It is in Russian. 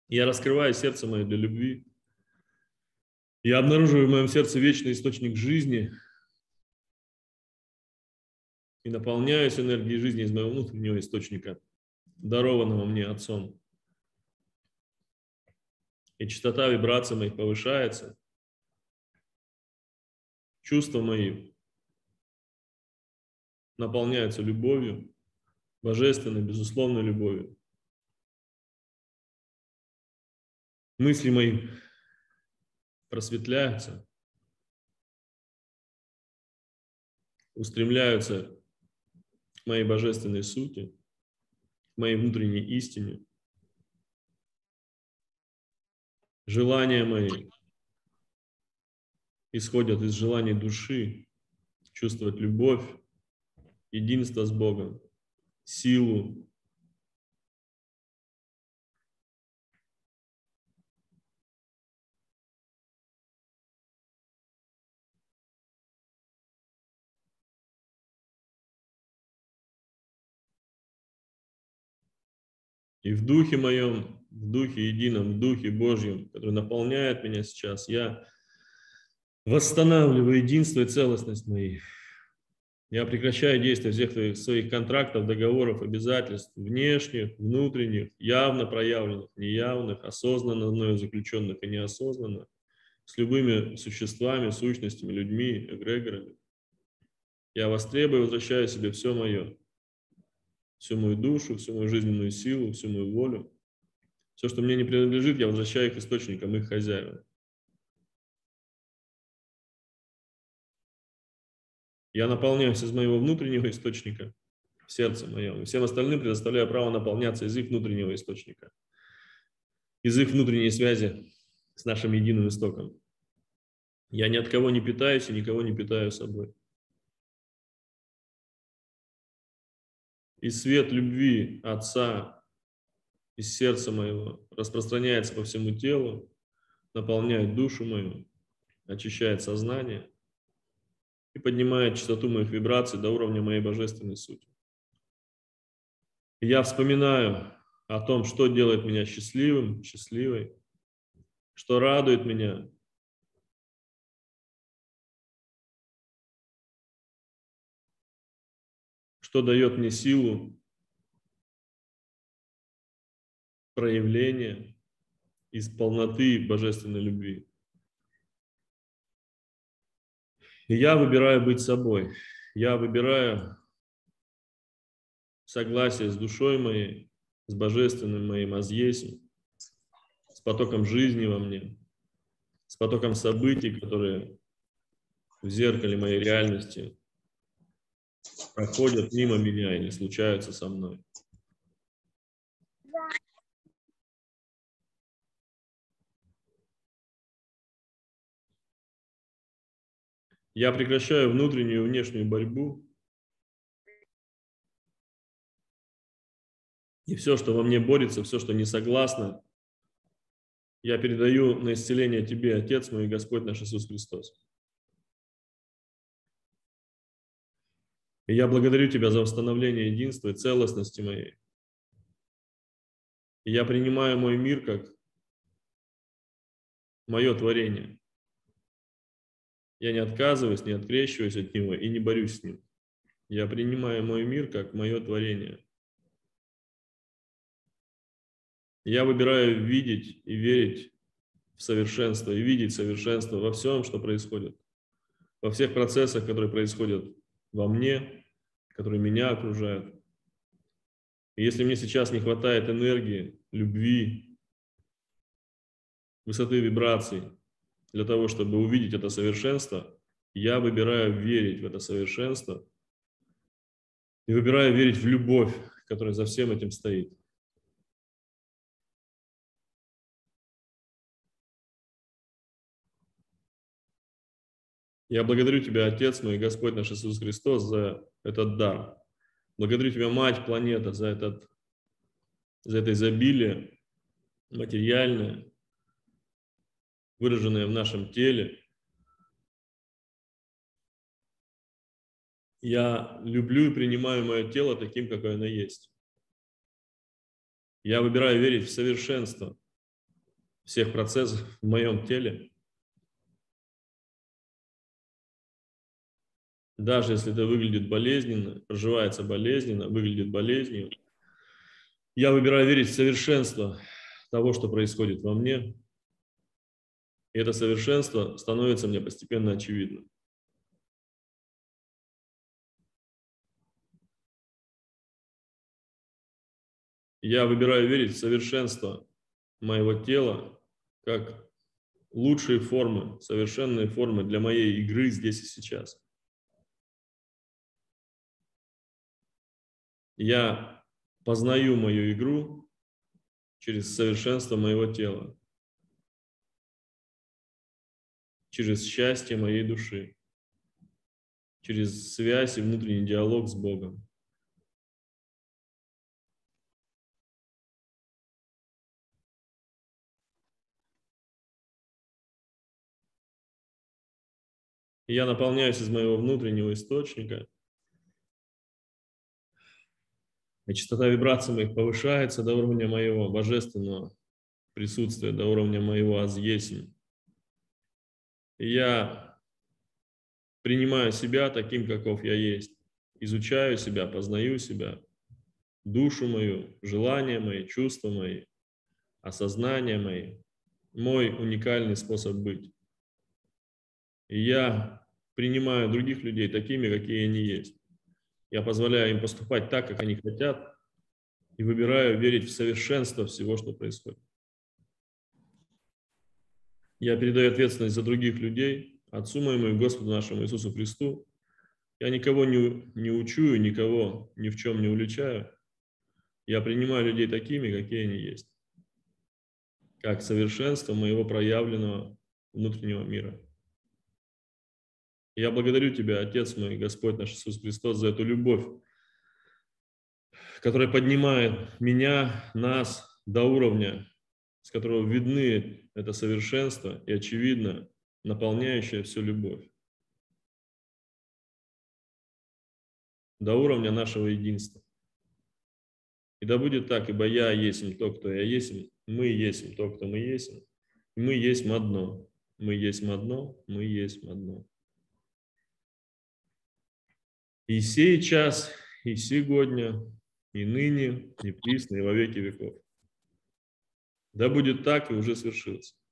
Я раскрываю сердце мое для любви. Я обнаруживаю в моем сердце вечный источник жизни и наполняюсь энергией жизни из моего внутреннего источника, дарованного мне Отцом. И частота вибраций моих повышается, чувства мои наполняются любовью, божественной, безусловной любовью. Мысли мои просветляются, устремляются к моей божественной сути, к моей внутренней истине. Желания мои исходят из желаний души чувствовать любовь, единство с Богом, силу. И в духе моем, в духе едином, в духе Божьем, который наполняет меня сейчас, я восстанавливаю единство и целостность моей. Я прекращаю действие всех своих контрактов, договоров, обязательств, внешних, внутренних, явно проявленных, неявных, осознанно мною заключенных и неосознанно, с любыми существами, сущностями, людьми, эгрегорами. Я востребую и возвращаю себе все мое, всю мою душу, всю мою жизненную силу, всю мою волю. Все, что мне не принадлежит, я возвращаю их источникам, их хозяевам. Я наполняюсь из моего внутреннего источника, в сердце моем, и всем остальным предоставляю право наполняться из их внутреннего источника, из их внутренней связи с нашим единым истоком. Я ни от кого не питаюсь и никого не питаю собой. И свет любви Отца из сердца моего распространяется по всему телу, наполняет душу мою, очищает сознание и поднимает частоту моих вибраций до уровня моей божественной сути. И я вспоминаю о том, что делает меня счастливым, счастливой, что радует меня, что дает мне силу проявления из полноты божественной любви. И я выбираю быть собой. Я выбираю согласие с душой моей, с божественным моим азъесем, с потоком жизни во мне, с потоком событий, которые в зеркале моей реальности проходят мимо меня или случаются со мной. Я прекращаю внутреннюю и внешнюю борьбу, и все, что во мне борется, все, что не согласно, я передаю на исцеление Тебе, Отец мой и Господь наш Иисус Христос. И я благодарю Тебя за восстановление единства и целостности моей. И я принимаю мой мир как мое творение. Я не отказываюсь, не открещиваюсь от него и не борюсь с ним. Я принимаю мой мир как мое творение. Я выбираю видеть и верить в совершенство, и видеть совершенство во всем, что происходит, во всех процессах, которые происходят во мне, которые меня окружают. И если мне сейчас не хватает энергии, любви, высоты вибраций для того, чтобы увидеть это совершенство, я выбираю верить в это совершенство и выбираю верить в любовь, которая за всем этим стоит. Я благодарю Тебя, Отец мой, Господь наш Иисус Христос, за этот дар. Благодарю Тебя, Мать, планета, за это изобилие материальное, выраженное в нашем теле. Я люблю и принимаю мое тело таким, какое оно есть. Я выбираю верить в совершенство, всех процессов в моем теле, даже если это выглядит болезненно, проживается болезненно, выглядит болезнью, я выбираю верить в совершенство того, что происходит во мне, и это совершенство становится мне постепенно очевидным. Я выбираю верить в совершенство моего тела как лучшие формы, совершенные формы для моей игры здесь и сейчас. Я познаю мою игру через совершенство моего тела, через счастье моей души, через связь и внутренний диалог с Богом. И я наполняюсь из моего внутреннего источника, и частота вибраций моих повышается до уровня моего божественного присутствия, до уровня моего аз-есмь. И я принимаю себя таким, каков я есть, изучаю себя, познаю себя, душу мою, желания мои, чувства мои, осознания мои, мой уникальный способ быть. И я принимаю других людей такими, какие они есть. Я позволяю им поступать так, как они хотят, и выбираю верить в совершенство всего, что происходит. Я передаю ответственность за других людей Отцу моему и Господу нашему Иисусу Христу. Я никого не учу и никого ни в чем не уличаю. Я принимаю людей такими, какие они есть, как совершенство моего проявленного внутреннего мира. Я благодарю Тебя, Отец мой, Господь наш Иисус Христос, за эту любовь, которая поднимает меня, нас до уровня, с которого видны это совершенство и, очевидно, наполняющая всю любовь. До уровня нашего единства. И да будет так, ибо я есть то, кто я есть, мы есть то, кто мы есть, мы есть одно, мы есть одно, мы есть одно. И сей час, и сегодня, и ныне, и присно, и во веки веков. Да будет так, и уже свершилось.